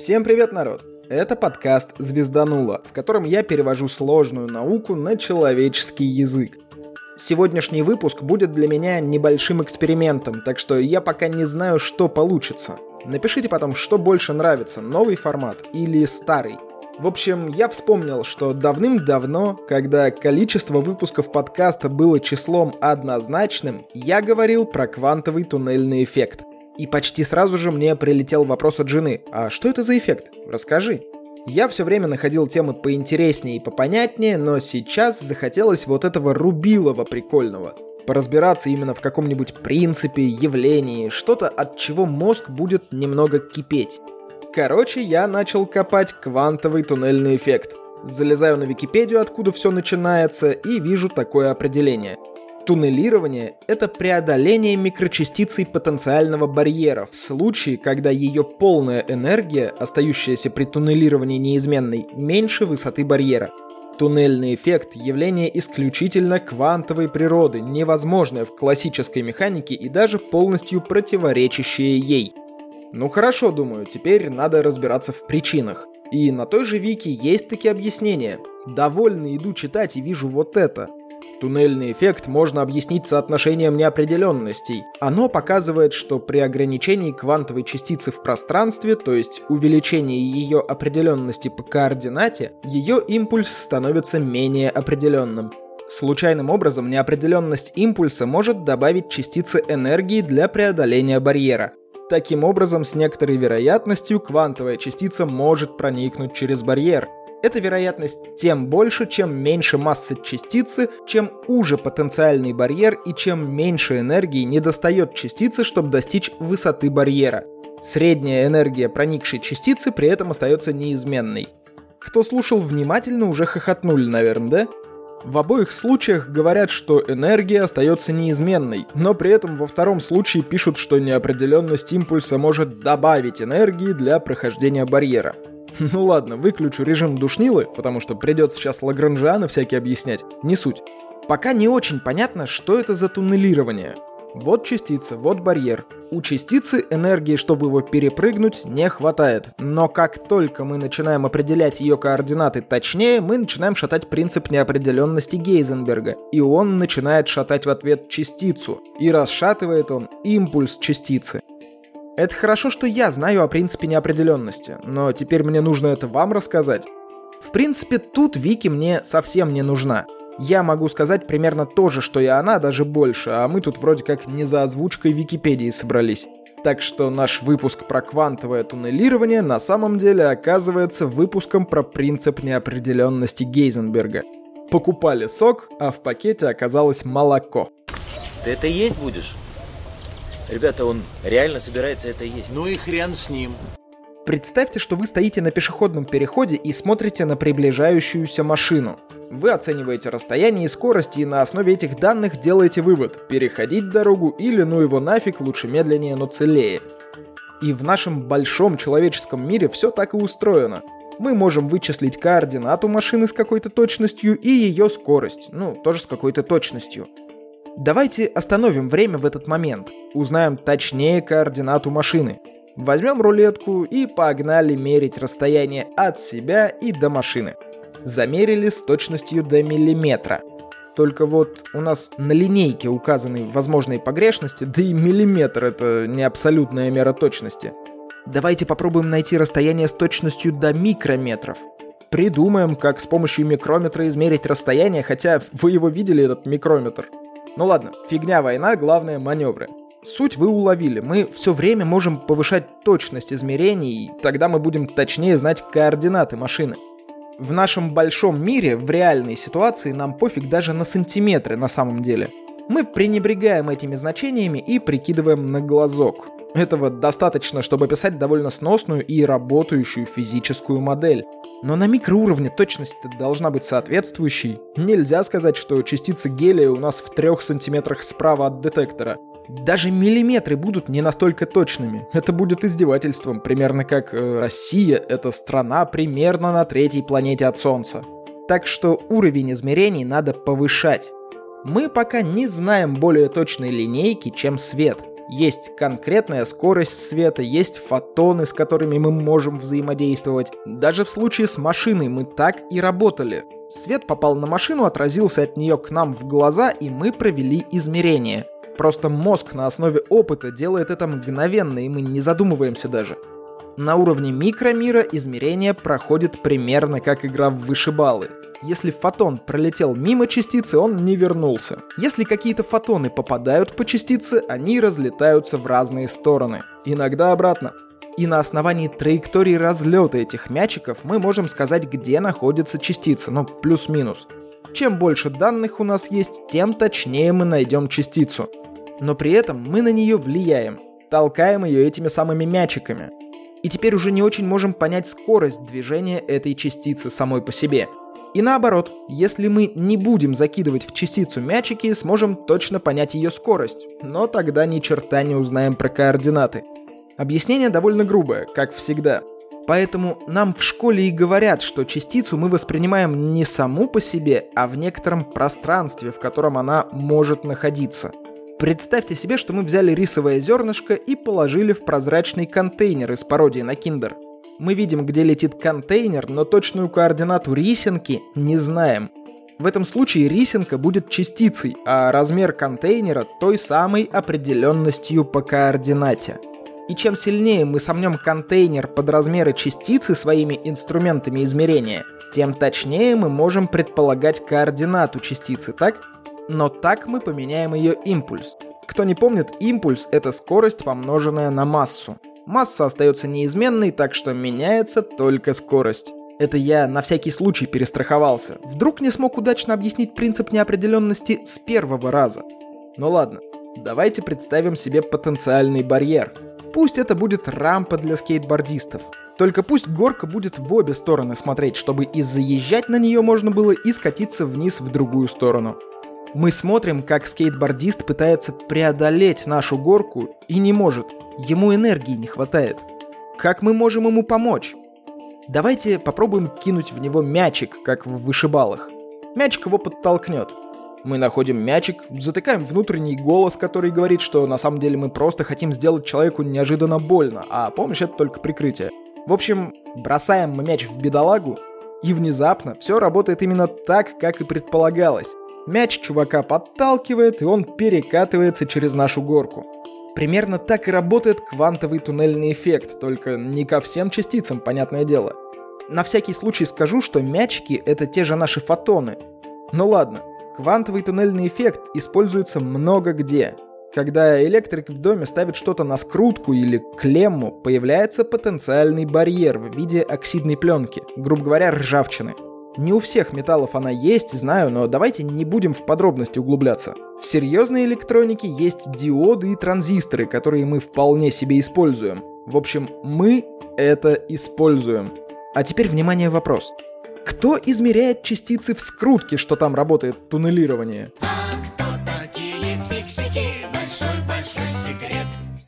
Всем привет, народ! Это подкаст «Звездануло», в котором я перевожу сложную науку на человеческий язык. Сегодняшний выпуск будет для меня небольшим экспериментом, так что я пока не знаю, что получится. Напишите потом, что больше нравится, новый формат или старый. В общем, я вспомнил, что давным-давно, когда количество выпусков подкаста было числом однозначным, я говорил про квантовый туннельный эффект. И почти сразу же мне прилетел вопрос от жены: «А что это за эффект? Расскажи». Я все время находил темы поинтереснее и попонятнее, но сейчас захотелось вот этого рубилова прикольного. Поразбираться именно в каком-нибудь принципе, явлении, что-то, от чего мозг будет немного кипеть. Короче, я начал копать квантовый туннельный эффект. Залезаю на Википедию, откуда все начинается, и вижу такое определение. Туннелирование — это преодоление микрочастицей потенциального барьера в случае, когда ее полная энергия, остающаяся при туннелировании неизменной, меньше высоты барьера. Туннельный эффект — явление исключительно квантовой природы, невозможное в классической механике и даже полностью противоречащее ей. Ну хорошо, думаю, теперь надо разбираться в причинах. И на той же Вики есть такие объяснения. Довольно иду читать и вижу вот это. Туннельный эффект можно объяснить соотношением неопределенностей. Оно показывает, что при ограничении квантовой частицы в пространстве, то есть увеличении ее определенности по координате, ее импульс становится менее определенным. Случайным образом неопределенность импульса может добавить частицы энергии для преодоления барьера. Таким образом, с некоторой вероятностью квантовая частица может проникнуть через барьер. Эта вероятность тем больше, чем меньше массы частицы, чем уже потенциальный барьер и чем меньше энергии недостает частице, чтобы достичь высоты барьера. Средняя энергия проникшей частицы при этом остается неизменной. Кто слушал внимательно, уже хохотнули, наверное, да? В обоих случаях говорят, что энергия остается неизменной, но при этом во втором случае пишут, что неопределенность импульса может добавить энергии для прохождения барьера. Ну ладно, выключу режим душнилы, потому что придется сейчас лагранжианы всякие объяснять, не суть. Пока не очень понятно, что это за туннелирование. Вот частица, вот барьер. У частицы энергии, чтобы его перепрыгнуть, не хватает. Но как только мы начинаем определять ее координаты точнее, мы начинаем шатать принцип неопределенности Гейзенберга. И он начинает шатать в ответ частицу. И расшатывает он импульс частицы. Это хорошо, что я знаю о принципе неопределенности, но теперь мне нужно это вам рассказать. В принципе, тут Вики мне совсем не нужна. Я могу сказать примерно то же, что и она, даже больше, а мы тут вроде как не за озвучкой Википедии собрались. Так что наш выпуск про квантовое туннелирование на самом деле оказывается выпуском про принцип неопределенности Гейзенберга. Покупали сок, а в пакете оказалось молоко. Ты это есть будешь? Ребята, он реально собирается это есть. Ну и хрен с ним. Представьте, что вы стоите на пешеходном переходе и смотрите на приближающуюся машину. Вы оцениваете расстояние и скорость, и на основе этих данных делаете вывод: переходить дорогу или ну его нафиг, лучше медленнее, но целее. И в нашем большом человеческом мире все так и устроено. Мы можем вычислить координату машины с какой-то точностью и ее скорость, тоже с какой-то точностью. Давайте остановим время в этот момент, узнаем точнее координату машины. Возьмем рулетку и погнали мерить расстояние от себя и до машины. Замерили с точностью до миллиметра. Только вот у нас на линейке указаны возможные погрешности, да и миллиметр — это не абсолютная мера точности. Давайте попробуем найти расстояние с точностью до микрометров. Придумаем, как с помощью микрометра измерить расстояние, хотя вы его видели, этот микрометр. Ну ладно, фигня война, главное маневры. Суть вы уловили, мы все время можем повышать точность измерений, и тогда мы будем точнее знать координаты машины. В нашем большом мире, в реальной ситуации, нам пофиг даже на сантиметры на самом деле. Мы пренебрегаем этими значениями и прикидываем на глазок. Этого достаточно, чтобы описать довольно сносную и работающую физическую модель. Но на микроуровне точность должна быть соответствующей. Нельзя сказать, что частицы гелия у нас в 3 сантиметрах справа от детектора. Даже миллиметры будут не настолько точными. Это будет издевательством, примерно как Россия — это страна примерно на 3-й планете от Солнца. Так что уровень измерений надо повышать. Мы пока не знаем более точной линейки, чем свет. Есть конкретная скорость света, есть фотоны, с которыми мы можем взаимодействовать. Даже в случае с машиной мы так и работали. Свет попал на машину, отразился от нее к нам в глаза, и мы провели измерение. Просто мозг на основе опыта делает это мгновенно, и мы не задумываемся даже. На уровне микромира измерение проходит примерно как игра в вышибалы. Если фотон пролетел мимо частицы, он не вернулся. Если какие-то фотоны попадают по частице, они разлетаются в разные стороны. Иногда обратно. И на основании траектории разлета этих мячиков мы можем сказать, где находится частица, плюс-минус. Чем больше данных у нас есть, тем точнее мы найдем частицу. Но при этом мы на нее влияем, толкаем ее этими самыми мячиками. И теперь уже не очень можем понять скорость движения этой частицы самой по себе. И наоборот, если мы не будем закидывать в частицу мячики, сможем точно понять ее скорость, но тогда ни черта не узнаем про координаты. Объяснение довольно грубое, как всегда. Поэтому нам в школе и говорят, что частицу мы воспринимаем не саму по себе, а в некотором пространстве, в котором она может находиться. Представьте себе, что мы взяли рисовое зернышко и положили в прозрачный контейнер из пародии на Kinder. Мы видим, где летит контейнер, но точную координату рисинки не знаем. В этом случае рисинка будет частицей, а размер контейнера той самой определенностью по координате. И чем сильнее мы сомнем контейнер под размеры частицы своими инструментами измерения, тем точнее мы можем предполагать координату частицы, так? Но так мы поменяем ее импульс. Кто не помнит, импульс — это скорость, помноженная на массу. Масса остается неизменной, так что меняется только скорость. Это я на всякий случай перестраховался. Вдруг не смог удачно объяснить принцип неопределенности с первого раза. Ну ладно, давайте представим себе потенциальный барьер. Пусть это будет рампа для скейтбордистов. Только пусть горка будет в обе стороны смотреть, чтобы и заезжать на нее можно было, и скатиться вниз в другую сторону. Мы смотрим, как скейтбордист пытается преодолеть нашу горку и не может. Ему энергии не хватает. Как мы можем ему помочь? Давайте попробуем кинуть в него мячик, как в вышибалах. Мячик его подтолкнет. Мы находим мячик, затыкаем внутренний голос, который говорит, что на самом деле мы просто хотим сделать человеку неожиданно больно, а помощь — это только прикрытие. В общем, бросаем мы мяч в бедолагу, и внезапно все работает именно так, как и предполагалось. Мяч чувака подталкивает, и он перекатывается через нашу горку. Примерно так и работает квантовый туннельный эффект, только не ко всем частицам, понятное дело. На всякий случай скажу, что мячики — это те же наши фотоны. Ну ладно, квантовый туннельный эффект используется много где. Когда электрик в доме ставит что-то на скрутку или клемму, появляется потенциальный барьер в виде оксидной пленки, грубо говоря, ржавчины. Не у всех металлов она есть, знаю, но давайте не будем в подробности углубляться. В серьезной электронике есть диоды и транзисторы, которые мы вполне себе используем. В общем, мы это используем. А теперь, внимание, вопрос. Кто измеряет частицы в скрутке, что там работает туннелирование? А кто такие фиксики? Большой-большой секрет.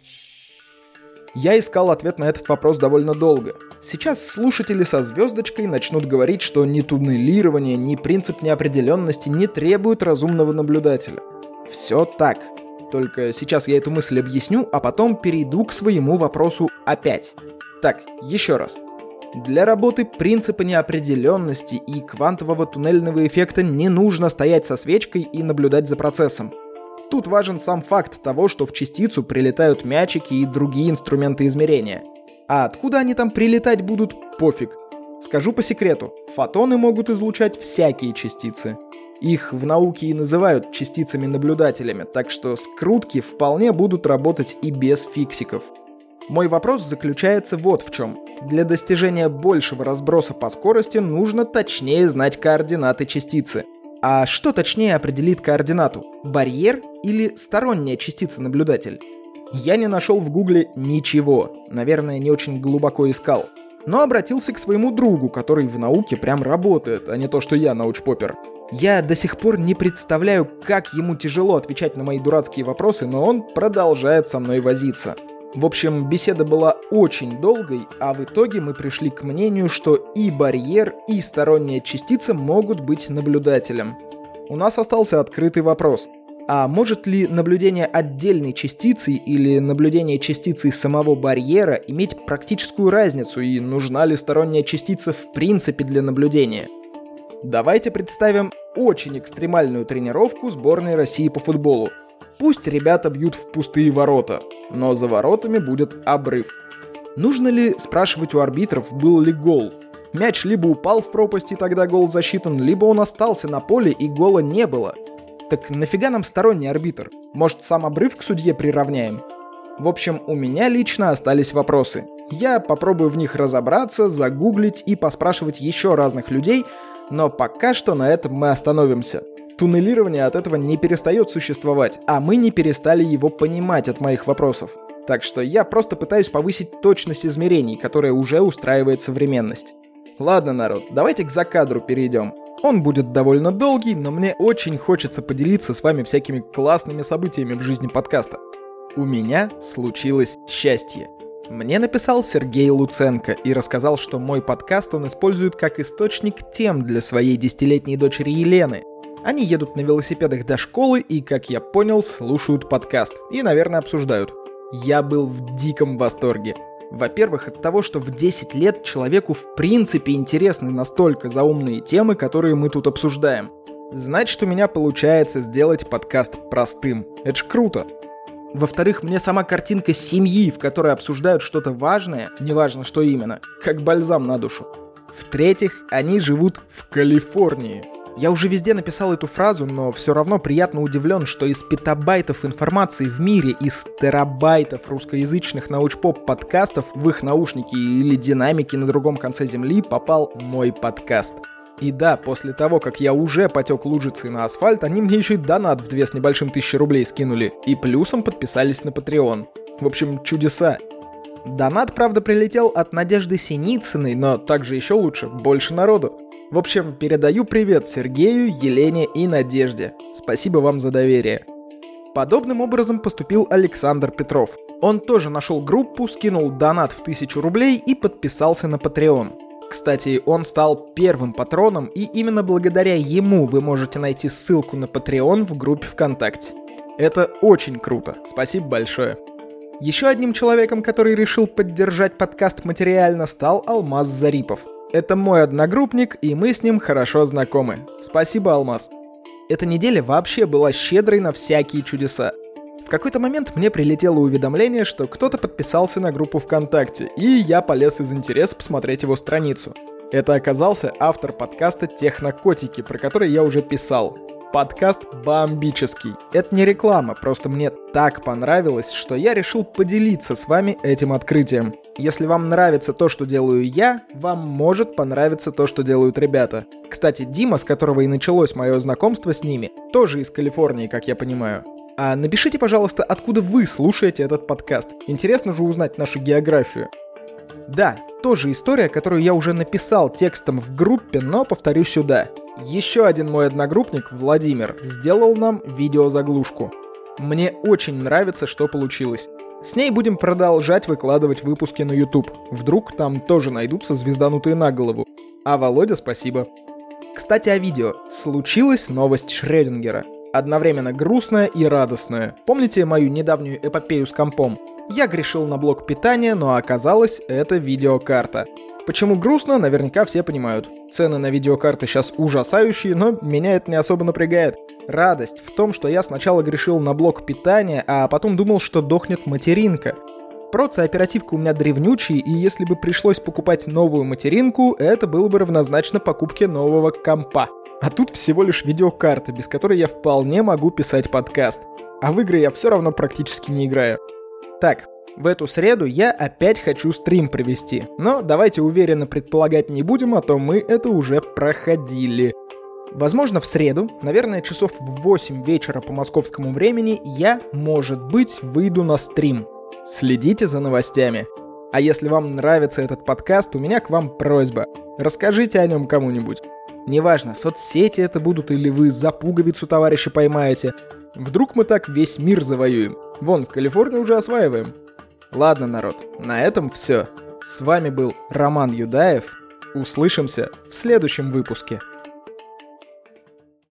Я искал ответ на этот вопрос довольно долго. Сейчас слушатели со звездочкой начнут говорить, что ни туннелирование, ни принцип неопределенности не требуют разумного наблюдателя. Все так. Только сейчас я эту мысль объясню, а потом перейду к своему вопросу опять. Так, еще раз. Для работы принципа неопределенности и квантового туннельного эффекта не нужно стоять со свечкой и наблюдать за процессом. Тут важен сам факт того, что в частицу прилетают мячики и другие инструменты измерения. А откуда они там прилетать будут, пофиг. Скажу по секрету, фотоны могут излучать всякие частицы. Их в науке и называют частицами-наблюдателями, так что скрутки вполне будут работать и без фиксиков. Мой вопрос заключается вот в чем. Для достижения большего разброса по скорости нужно точнее знать координаты частицы. А что точнее определит координату? Барьер или сторонняя частица-наблюдатель? Я не нашел в гугле ничего, наверное, не очень глубоко искал. Но обратился к своему другу, который в науке прям работает, а не то, что я научпопер. Я до сих пор не представляю, как ему тяжело отвечать на мои дурацкие вопросы, но он продолжает со мной возиться. В общем, беседа была очень долгой, а в итоге мы пришли к мнению, что и барьер, и сторонняя частица могут быть наблюдателем. У нас остался открытый вопрос. А может ли наблюдение отдельной частицы или наблюдение частицы самого барьера иметь практическую разницу, и нужна ли сторонняя частица в принципе для наблюдения? Давайте представим очень экстремальную тренировку сборной России по футболу. Пусть ребята бьют в пустые ворота, но за воротами будет обрыв. Нужно ли спрашивать у арбитров, был ли гол? Мяч либо упал в пропасть, и тогда гол засчитан, либо он остался на поле, и гола не было. Так нафига нам сторонний арбитр? Может, сам обрыв к судье приравняем? В общем, у меня лично остались вопросы. Я попробую в них разобраться, загуглить и поспрашивать еще разных людей, но пока что на этом мы остановимся. Туннелирование от этого не перестает существовать, а мы не перестали его понимать от моих вопросов. Так что я просто пытаюсь повысить точность измерений, которая уже устраивает современность. Ладно, народ, давайте к закадру перейдем. Он будет довольно долгий, но мне очень хочется поделиться с вами всякими классными событиями в жизни подкаста. У меня случилось счастье. Мне написал Сергей Луценко и рассказал, что мой подкаст он использует как источник тем для своей 10-летней дочери Елены. Они едут на велосипедах до школы и, как я понял, слушают подкаст и, наверное, обсуждают. Я был в диком восторге. Во-первых, от того, что в 10 лет человеку в принципе интересны настолько заумные темы, которые мы тут обсуждаем. Значит, у меня получается сделать подкаст простым. Это ж круто. Во-вторых, мне сама картинка семьи, в которой обсуждают что-то важное, неважно что именно, как бальзам на душу. В-третьих, они живут в Калифорнии. Я уже везде написал эту фразу, но все равно приятно удивлен, что из петабайтов информации в мире, из терабайтов русскоязычных научпоп-подкастов в их наушники или динамики на другом конце земли попал мой подкаст. И да, после того, как я уже потек лужицей на асфальт, они мне еще и донат в 2 с небольшим тысячи рублей скинули. И плюсом подписались на Patreon. В общем, чудеса. Донат, правда, прилетел от Надежды Синицыной, но также еще лучше, больше народу. В общем, передаю привет Сергею, Елене и Надежде. Спасибо вам за доверие. Подобным образом поступил Александр Петров. Он тоже нашел группу, скинул донат в 1000 рублей и подписался на Patreon. Кстати, он стал первым патроном, и именно благодаря ему вы можете найти ссылку на Patreon в группе ВКонтакте. Это очень круто. Спасибо большое. Еще одним человеком, который решил поддержать подкаст материально, стал Алмаз Зарипов. Это мой одногруппник, и мы с ним хорошо знакомы. Спасибо, Алмаз. Эта неделя вообще была щедрой на всякие чудеса. В какой-то момент мне прилетело уведомление, что кто-то подписался на группу ВКонтакте, и я полез из интереса посмотреть его страницу. Это оказался автор подкаста «Технокотики», про который я уже писал. Подкаст бомбический. Это не реклама, просто мне так понравилось, что я решил поделиться с вами этим открытием. Если вам нравится то, что делаю я, вам может понравиться то, что делают ребята. Кстати, Дима, с которого и началось мое знакомство с ними, тоже из Калифорнии, как я понимаю. А напишите, пожалуйста, откуда вы слушаете этот подкаст. Интересно же узнать нашу географию. Да, тоже история, которую я уже написал текстом в группе, но повторю сюда. Еще один мой одногруппник, Владимир, сделал нам видеозаглушку. Мне очень нравится, что получилось. С ней будем продолжать выкладывать выпуски на YouTube. Вдруг там тоже найдутся звезданутые на голову. А Володя, спасибо. Кстати, о видео. Случилась новость Шрёдингера. Одновременно грустная и радостная. Помните мою недавнюю эпопею с компом? Я грешил на блок питания, но оказалось, это видеокарта. Почему грустно, наверняка все понимают. Цены на видеокарты сейчас ужасающие, но меня это не особо напрягает. Радость в том, что я сначала грешил на блок питания, а потом думал, что дохнет материнка. Проц-оперативка у меня древнючий, и если бы пришлось покупать новую материнку, это было бы равнозначно покупке нового компа. А тут всего лишь видеокарта, без которой я вполне могу писать подкаст. А в игры я все равно практически не играю. Так, в эту среду я опять хочу стрим провести, но давайте уверенно предполагать не будем, а то мы это уже проходили. Возможно, в среду, наверное, часов в 8 вечера по московскому времени, я, может быть, выйду на стрим. Следите за новостями. А если вам нравится этот подкаст, у меня к вам просьба. Расскажите о нем кому-нибудь. Неважно, соцсети это будут или вы за пуговицу товарища поймаете. Вдруг мы так весь мир завоюем. Вон, Калифорнию уже осваиваем. Ладно, народ, на этом все. С вами был Роман Юдаев. Услышимся в следующем выпуске.